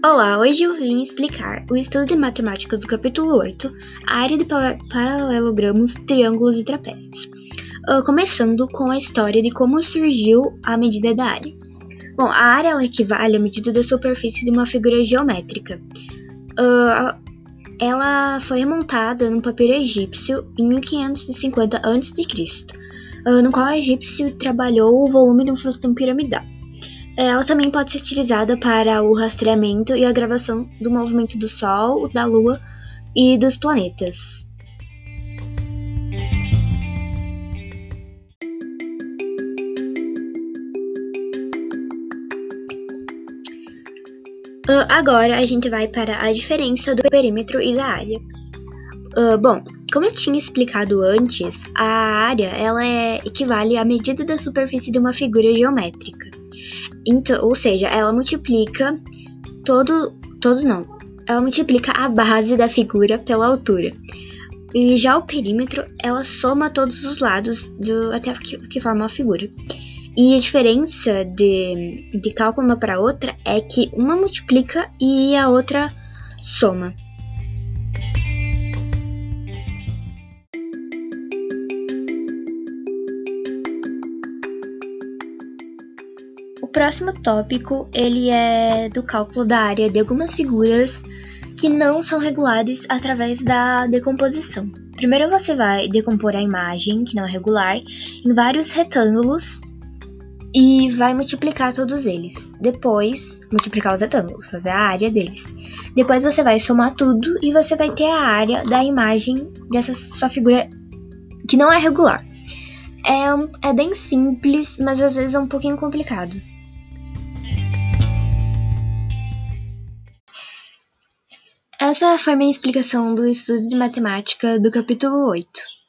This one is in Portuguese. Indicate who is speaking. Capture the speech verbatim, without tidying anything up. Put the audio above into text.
Speaker 1: Olá, hoje eu vim explicar o estudo de matemática do capítulo oito, a área de pa- paralelogramos, triângulos e trapézios. Uh, começando com a história de como surgiu a medida da área. Bom, a área ela equivale à medida da superfície de uma figura geométrica. Uh, ela foi remontada num papiro egípcio em mil quinhentos e cinquenta antes de Cristo, uh, no qual o egípcio trabalhou o volume de um frustão piramidal. Ela também pode ser utilizada para o rastreamento e a gravação do movimento do Sol, da Lua e dos planetas. Uh, agora a gente vai para a diferença do perímetro e da área. Uh, bom, como eu tinha explicado antes, a área ela é, equivale à medida da superfície de uma figura geométrica. Então, ou seja, ela multiplica todo, todos não, ela multiplica a base da figura pela altura. E já o perímetro, ela soma todos os lados do, até que, que formam a figura. E a diferença de, de cálculo uma para outra é que uma multiplica e a outra soma. O próximo tópico, ele é do cálculo da área de algumas figuras que não são regulares através da decomposição. Primeiro você vai decompor a imagem, que não é regular, em vários retângulos e vai multiplicar todos eles. Depois, multiplicar os retângulos, fazer a área deles. Depois você vai somar tudo e você vai ter a área da imagem dessa sua figura que não é regular. É, é bem simples, mas às vezes é um pouquinho complicado. Essa foi minha explicação do estudo de matemática do capítulo oito.